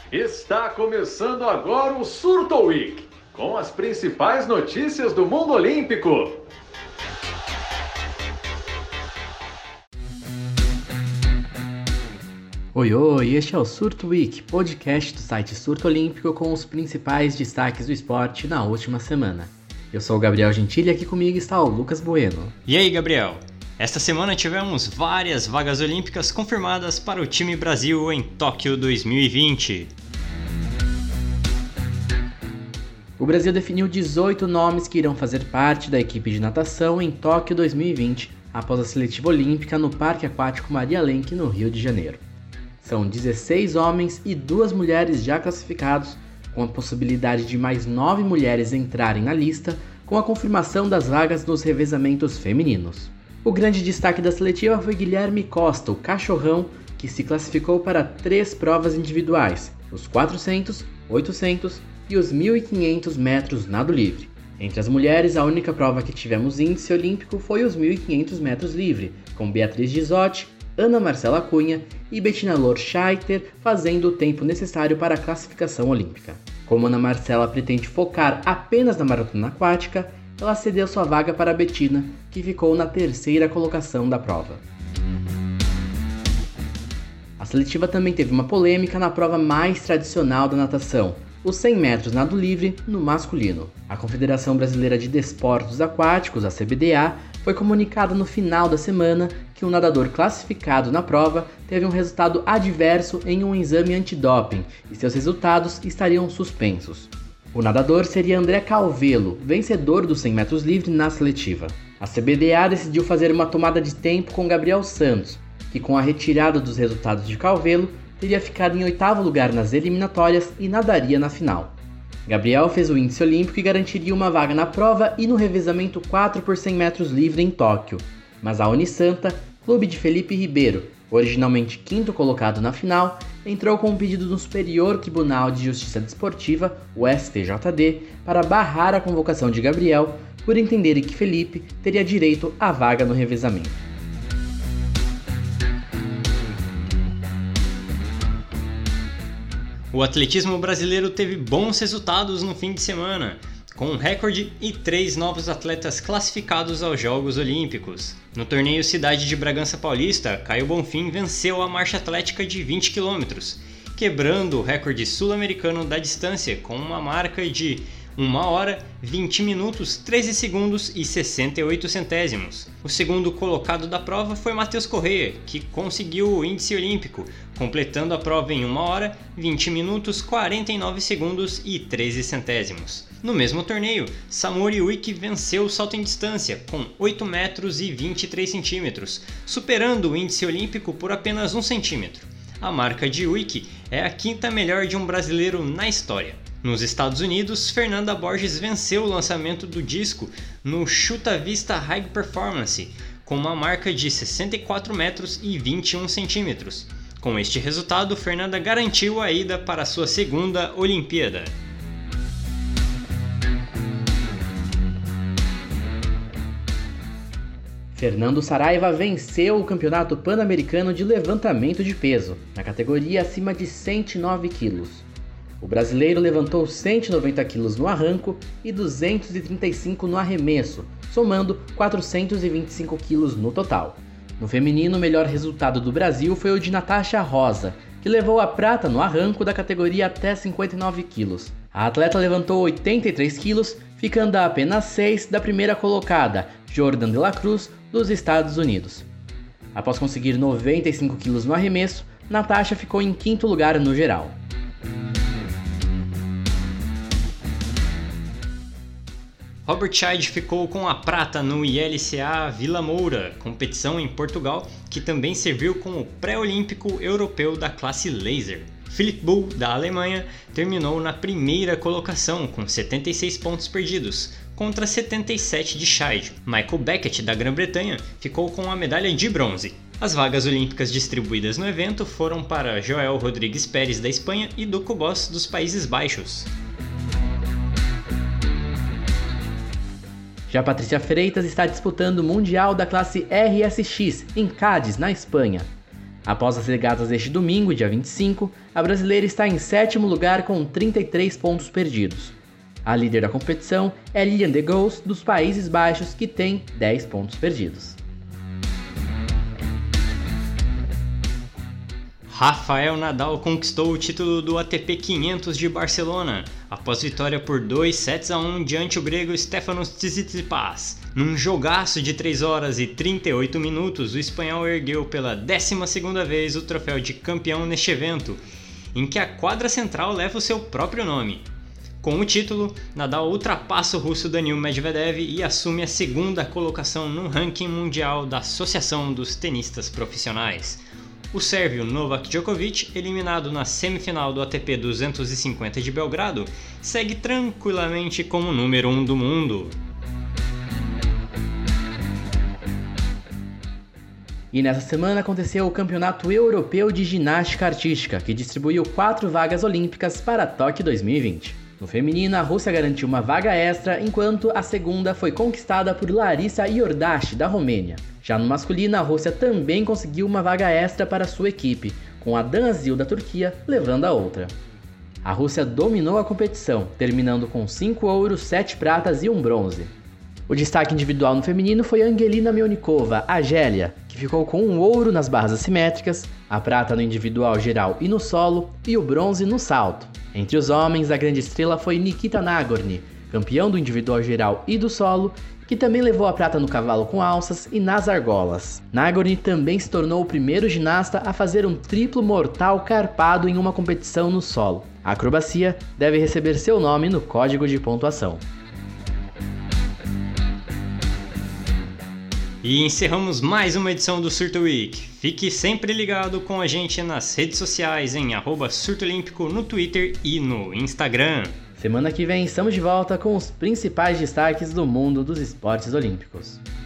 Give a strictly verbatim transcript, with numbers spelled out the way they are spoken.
Está começando agora o Surto Week, com as principais notícias do mundo olímpico. Oi, oi, este é o Surto Week, podcast do site Surto Olímpico com os principais destaques do esporte na última semana. Eu sou o Gabriel Gentili e aqui comigo está o Lucas Bueno. E aí, Gabriel? Esta semana tivemos várias vagas olímpicas confirmadas para o time Brasil em Tóquio dois mil e vinte. O Brasil definiu dezoito nomes que irão fazer parte da equipe de natação em Tóquio dois mil e vinte, após a seletiva olímpica no Parque Aquático Maria Lenk, no Rio de Janeiro. São dezesseis homens e duas mulheres já classificados, com a possibilidade de mais nove mulheres entrarem na lista, com a confirmação das vagas nos revezamentos femininos. O grande destaque da seletiva foi Guilherme Costa, o cachorrão, que se classificou para três provas individuais, os quatrocentos, oitocentos e os mil e quinhentos metros nado livre. Entre as mulheres, a única prova que tivemos índice olímpico foi os mil e quinhentos metros livre, com Beatriz Gisotti, Ana Marcela Cunha e Bettina Lorscheiter fazendo o tempo necessário para a classificação olímpica. Como Ana Marcela pretende focar apenas na maratona aquática, ela cedeu sua vaga para a Bettina, que ficou na terceira colocação da prova. A seletiva também teve uma polêmica na prova mais tradicional da natação, os cem metros nado livre no masculino. A Confederação Brasileira de Desportos Aquáticos, a C B D A, foi comunicado no final da semana que um nadador classificado na prova teve um resultado adverso em um exame antidoping e seus resultados estariam suspensos. O nadador seria André Calvelo, vencedor dos cem metros livre na seletiva. A C B D A decidiu fazer uma tomada de tempo com Gabriel Santos, que com a retirada dos resultados de Calvelo, teria ficado em oitavo lugar nas eliminatórias e nadaria na final. Gabriel fez o índice olímpico e garantiria uma vaga na prova e no revezamento quatro por cem metros livre em Tóquio, mas a Unisanta, clube de Felipe Ribeiro, originalmente quinto colocado na final, entrou com um pedido no Superior Tribunal de Justiça Desportiva, o S T J D, para barrar a convocação de Gabriel por entenderem que Felipe teria direito à vaga no revezamento. O atletismo brasileiro teve bons resultados no fim de semana, com um recorde e três novos atletas classificados aos Jogos Olímpicos. No torneio Cidade de Bragança Paulista, Caio Bonfim venceu a marcha atlética de vinte quilômetros, quebrando o recorde sul-americano da distância com uma marca de uma hora, vinte minutos, treze segundos e sessenta e oito centésimos. O segundo colocado da prova foi Matheus Corrêa, que conseguiu o índice olímpico, completando a prova em uma hora, vinte minutos, quarenta e nove segundos e treze centésimos. No mesmo torneio, Samori Uiki venceu o salto em distância, com oito metros e vinte e três centímetros, superando o índice olímpico por apenas um centímetro. A marca de Uiki é a quinta melhor de um brasileiro na história. Nos Estados Unidos, Fernanda Borges venceu o lançamento do disco no Chuta Vista High Performance, com uma marca de sessenta e quatro metros e vinte e um centímetros. Com este resultado, Fernanda garantiu a ida para a sua segunda Olimpíada. Fernando Saraiva venceu o Campeonato Pan-Americano de Levantamento de Peso, na categoria acima de cento e nove quilos. O brasileiro levantou cento e noventa quilos no arranco e duzentos e trinta e cinco no arremesso, somando quatrocentos e vinte e cinco quilos no total. No feminino, o melhor resultado do Brasil foi o de Natasha Rosa, que levou a prata no arranco da categoria até cinquenta e nove quilos. A atleta levantou oitenta e três quilos, ficando a apenas seis da primeira colocada, Jordan de la Cruz, dos Estados Unidos. Após conseguir noventa e cinco quilos no arremesso, Natasha ficou em quinto lugar no geral. Robert Scheid ficou com a prata no I L C A Vila Moura, competição em Portugal, que também serviu como pré-olímpico europeu da classe laser. Philipp Bull, da Alemanha, terminou na primeira colocação com setenta e seis pontos perdidos, contra setenta e sete de Scheid. Michael Beckett, da Grã-Bretanha, ficou com a medalha de bronze. As vagas olímpicas distribuídas no evento foram para Joel Rodrigues Pérez, da Espanha, e Duco Boss, dos Países Baixos. Já Patrícia Freitas está disputando o Mundial da classe R S X em Cádiz, na Espanha. Após as regatas deste domingo, dia vinte e cinco, a brasileira está em sétimo lugar com trinta e três pontos perdidos. A líder da competição é Lilian de Goes, dos Países Baixos, que tem dez pontos perdidos. Rafael Nadal conquistou o título do A T P quinhentos de Barcelona, após vitória por dois sets a um diante o grego Stefanos Tsitsipas. Num jogaço de três horas e trinta e oito minutos, o espanhol ergueu pela décima segunda vez o troféu de campeão neste evento, em que a quadra central leva o seu próprio nome. Com o título, Nadal ultrapassa o russo Daniil Medvedev e assume a segunda colocação no ranking mundial da Associação dos Tenistas Profissionais. O sérvio Novak Djokovic, eliminado na semifinal do A T P duzentos e cinquenta de Belgrado, segue tranquilamente como número um do mundo. E nessa semana aconteceu o Campeonato Europeu de Ginástica Artística, que distribuiu quatro vagas olímpicas para Tóquio dois mil e vinte. No feminino, a Rússia garantiu uma vaga extra, enquanto a segunda foi conquistada por Larissa Iordache, da Romênia. Já no masculino, a Rússia também conseguiu uma vaga extra para sua equipe, com a Dan Azil da Turquia levando a outra. A Rússia dominou a competição, terminando com cinco ouros, sete pratas e um bronze. O destaque individual no feminino foi Angelina Melnikova, a Gélia, que ficou com um ouro nas barras assimétricas, a prata no individual geral e no solo, e o bronze no salto. Entre os homens, a grande estrela foi Nikita Nagorny, campeão do individual geral e do solo, que também levou a prata no cavalo com alças e nas argolas. Nagorny também se tornou o primeiro ginasta a fazer um triplo mortal carpado em uma competição no solo. A acrobacia deve receber seu nome no código de pontuação. E encerramos mais uma edição do Surto Week. Fique sempre ligado com a gente nas redes sociais em arroba Surto Olímpico no Twitter e no Instagram. Semana que vem estamos de volta com os principais destaques do mundo dos esportes olímpicos.